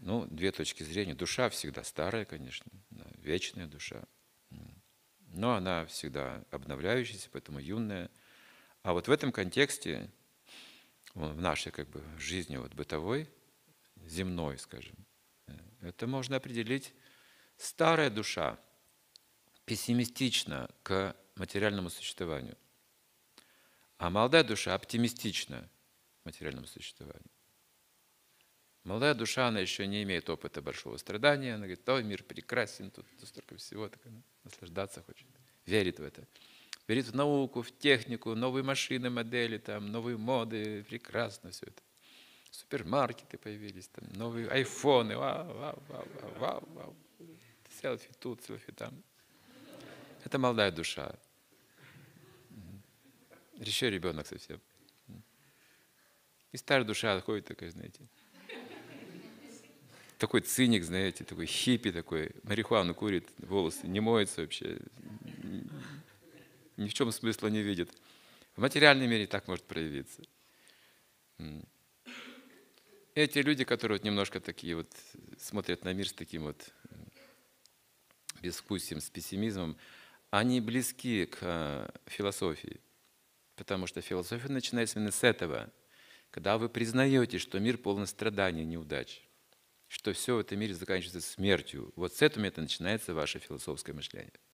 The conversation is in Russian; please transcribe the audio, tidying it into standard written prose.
Ну, две точки зрения. Душа всегда старая, конечно, да, вечная душа. Но она всегда обновляющаяся, поэтому юная. А вот в этом контексте, в нашей как бы жизни вот бытовой, земной, скажем, это можно определить старая душа, пессимистична к материальному существованию, а молодая душа оптимистична к материальному существованию. Молодая душа, она еще не имеет опыта большого страдания, она говорит: ой, мир прекрасен, тут столько всего, так она наслаждаться хочет, верит в это. Верит в науку, в технику, новые машины, модели, там, новые моды, прекрасно все это. Супермаркеты появились, там, новые айфоны, вау, вау, вау, вау, вау, вау. Селфи тут, селфи там. Это молодая душа. Еще ребенок совсем. И старая душа ходит такая, знаете, такой циник, знаете, такой хиппи такой, марихуану курит, волосы не моется вообще, ни в чем смысла не видит. В материальном мире так может проявиться. Эти люди, которые вот немножко такие вот смотрят на мир с таким вот безвкусием, с пессимизмом, они близки к философии. Потому что философия начинается именно с этого. Когда вы признаете, что мир полон страданий, неудач, что все в этом мире заканчивается смертью, вот с этого момента начинается ваше философское мышление.